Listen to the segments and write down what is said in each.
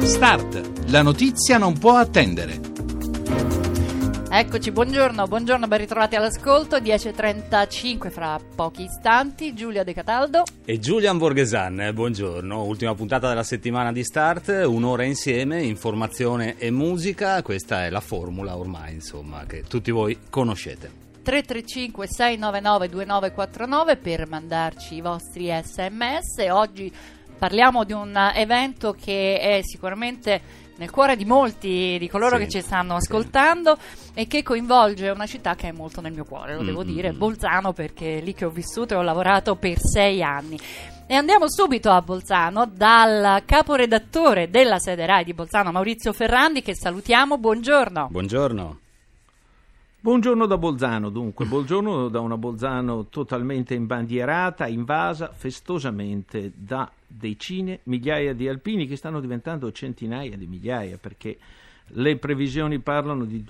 Start, la notizia non può attendere. Eccoci, buongiorno, ben ritrovati all'ascolto, 10.35 fra pochi istanti, Giulia De Cataldo e Giulian Borghesan, buongiorno, ultima puntata della settimana di Start, un'ora insieme, informazione e musica, questa è la formula ormai, insomma, che tutti voi conoscete. 335 699 2949 per mandarci i vostri sms. Oggi parliamo di un evento che è sicuramente nel cuore di molti di coloro che ci stanno ascoltando e che coinvolge una città che è molto nel mio cuore, lo devo dire, Bolzano, perché è lì che ho vissuto e ho lavorato per 6 anni. E andiamo subito a Bolzano dal caporedattore della sede RAI di Bolzano, Maurizio Ferrandi, che salutiamo. Buongiorno. Buongiorno. Buongiorno da Bolzano, dunque, buongiorno da una Bolzano totalmente imbandierata, invasa festosamente da decine, migliaia di alpini che stanno diventando centinaia di migliaia, perché le previsioni parlano di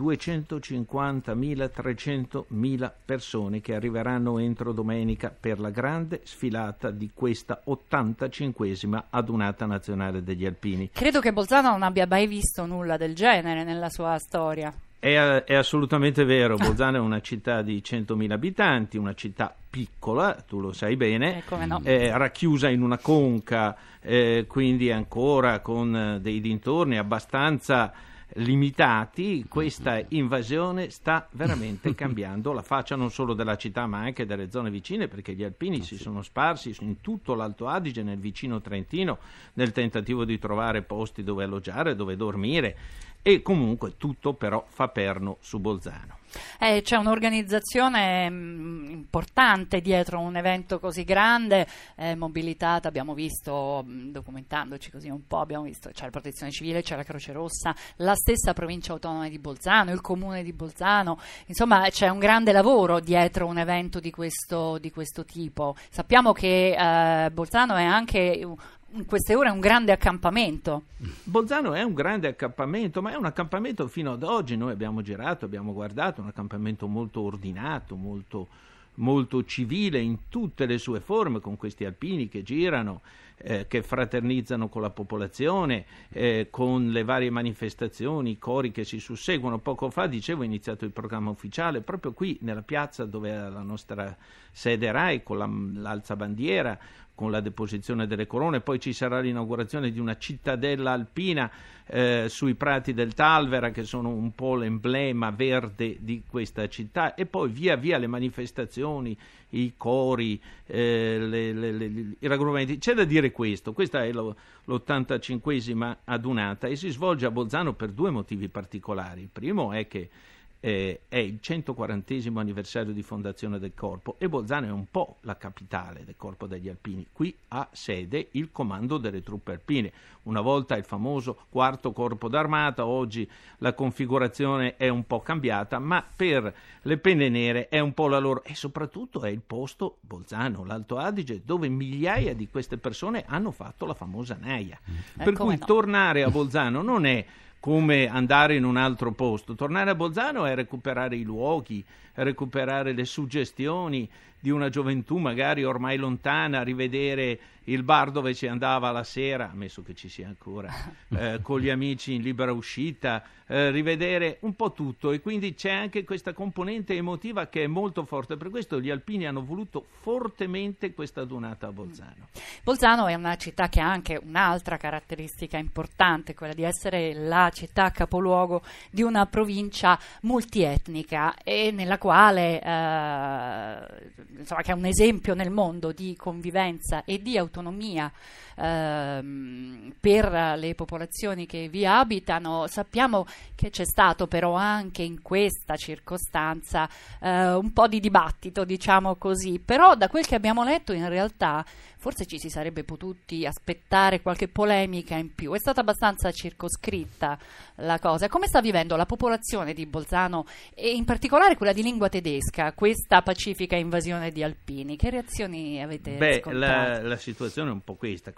250.000, 300.000 persone che arriveranno entro domenica per la grande sfilata di questa 85esima adunata nazionale degli alpini. Credo che Bolzano non abbia mai visto nulla del genere nella sua storia. È assolutamente vero, Bolzano è una città di 100.000 abitanti, una città piccola, tu lo sai bene, come no. Racchiusa in una conca, quindi ancora con dei dintorni abbastanza limitati. Questa invasione sta veramente cambiando la faccia non solo della città ma anche delle zone vicine, perché gli alpini si sono sparsi in tutto l'Alto Adige, nel vicino Trentino, nel tentativo di trovare posti dove alloggiare, dove dormire, e comunque tutto però fa perno su Bolzano. C'è un'organizzazione importante dietro un evento così grande, mobilitata, abbiamo visto, documentandoci così un po', abbiamo visto c'è la Protezione Civile, c'è la Croce Rossa, la stessa Provincia Autonoma di Bolzano, il Comune di Bolzano, insomma c'è un grande lavoro dietro un evento di questo tipo. Sappiamo che Bolzano è anche in queste ore un grande accampamento. Bolzano è un grande accampamento, ma è un accampamento fino ad oggi. Noi abbiamo girato, abbiamo guardato, un accampamento molto ordinato, molto civile in tutte le sue forme, con questi alpini che girano, che fraternizzano con la popolazione, con le varie manifestazioni, i cori che si susseguono. Poco fa, dicevo, è iniziato il programma ufficiale proprio qui nella piazza dove è la nostra sede RAI, con l'alzabandiera, con la deposizione delle corone. Poi ci sarà l'inaugurazione di una cittadella alpina sui prati del Talvera, che sono un po' l'emblema verde di questa città, e poi via via le manifestazioni, i cori, i raggruppamenti. C'è da dire questo: questa è l'85esima adunata e si svolge a Bolzano per 2 motivi particolari. Il primo è che è il 140esimo anniversario di fondazione del corpo e Bolzano è un po' la capitale del corpo degli alpini. Qui ha sede il comando delle truppe alpine, una volta il famoso 4° corpo d'armata. Oggi la configurazione è un po' cambiata, ma per le penne nere è un po' la loro, e soprattutto è il posto, Bolzano, l'Alto Adige, dove migliaia di queste persone hanno fatto la famosa naia. Per cui tornare a Bolzano non è come andare in un altro posto. Tornare a Bolzano è recuperare i luoghi, recuperare le suggestioni di una gioventù magari ormai lontana, rivedere il bar dove si andava la sera, ammesso che ci sia ancora, con gli amici in libera uscita, rivedere un po' tutto, e quindi c'è anche questa componente emotiva che è molto forte. Per questo gli alpini hanno voluto fortemente questa adunata a Bolzano. Bolzano è una città che ha anche un'altra caratteristica importante, quella di essere la città capoluogo di una provincia multietnica e nella quale insomma, che è un esempio nel mondo di convivenza e di autonomia per le popolazioni che vi abitano. Sappiamo che c'è stato però anche in questa circostanza un po' di dibattito, diciamo così, però da quel che abbiamo letto in realtà forse ci si sarebbe potuti aspettare qualche polemica in più. È stata abbastanza circoscritta la cosa. Come sta vivendo la popolazione di Bolzano e in particolare quella di lingua tedesca questa pacifica invasione di alpini? Che reazioni avete ascoltato? La situazione è un po' questa.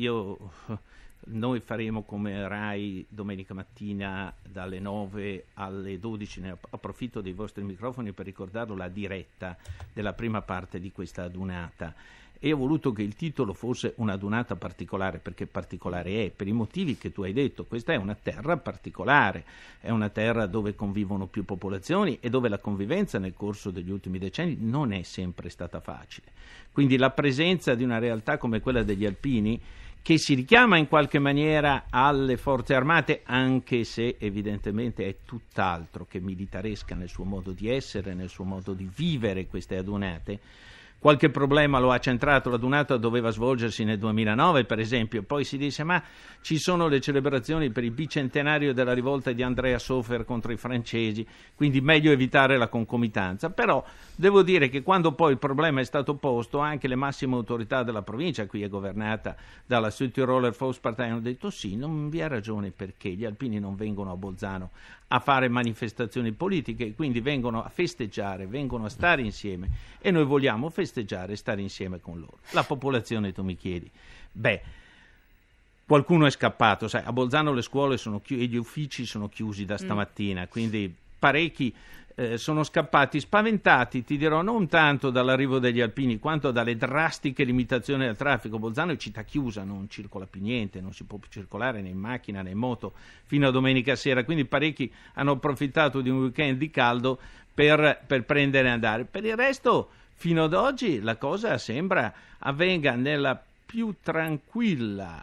Noi faremo come RAI domenica mattina dalle 9 alle 12, ne approfitto dei vostri microfoni per ricordarlo, la diretta della prima parte di questa adunata. e ho voluto che il titolo fosse Una dunata particolare, perché particolare è, per i motivi che tu hai detto. Questa è una terra particolare, è una terra dove convivono più popolazioni e dove la convivenza nel corso degli ultimi decenni non è sempre stata facile. Quindi la presenza di una realtà come quella degli alpini, che si richiama in qualche maniera alle forze armate, anche se evidentemente è tutt'altro che militaresca nel suo modo di essere, nel suo modo di vivere queste adunate. Qualche problema lo ha centrato, la dunata doveva svolgersi nel 2009 per esempio, poi si dice ma ci sono le celebrazioni per il bicentenario della rivolta di Andrea Sofer contro i francesi, quindi meglio evitare la concomitanza. Però devo dire che quando poi il problema è stato posto, anche le massime autorità della provincia, qui è governata dalla Südtiroler Volkspartei, hanno detto sì, non vi è ragione perché gli alpini non vengono a Bolzano a fare manifestazioni politiche, quindi vengono a festeggiare, vengono a stare insieme e noi vogliamo festeggiare e stare insieme con loro. La popolazione, tu mi chiedi, qualcuno è scappato, sai, a Bolzano le scuole sono e gli uffici sono chiusi da stamattina, quindi parecchi sono scappati spaventati, ti dirò, non tanto dall'arrivo degli alpini quanto dalle drastiche limitazioni al traffico. Bolzano è città chiusa, non circola più niente, non si può più circolare né in macchina né in moto fino a domenica sera, quindi parecchi hanno approfittato di un weekend di caldo per prendere e andare. Per il resto, fino ad oggi la cosa sembra avvenga nella più tranquilla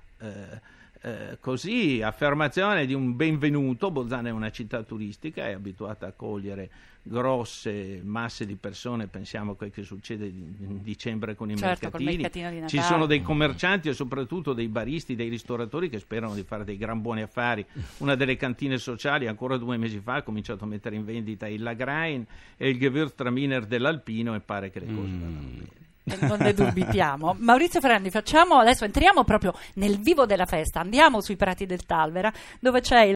affermazione di un benvenuto. Bolzano è una città turistica, è abituata a cogliere grosse masse di persone, pensiamo a quel che succede in dicembre con i mercatini. Ci sono dei commercianti e soprattutto dei baristi, dei ristoratori che sperano di fare dei gran buoni affari. Una delle cantine sociali ancora 2 mesi fa ha cominciato a mettere in vendita il Lagrein e il Gewürztraminer dell'Alpino e pare che le cose vadano bene. Non ne dubitiamo. Maurizio Ferrandi, adesso entriamo proprio nel vivo della festa, andiamo sui prati del Talvera dove c'è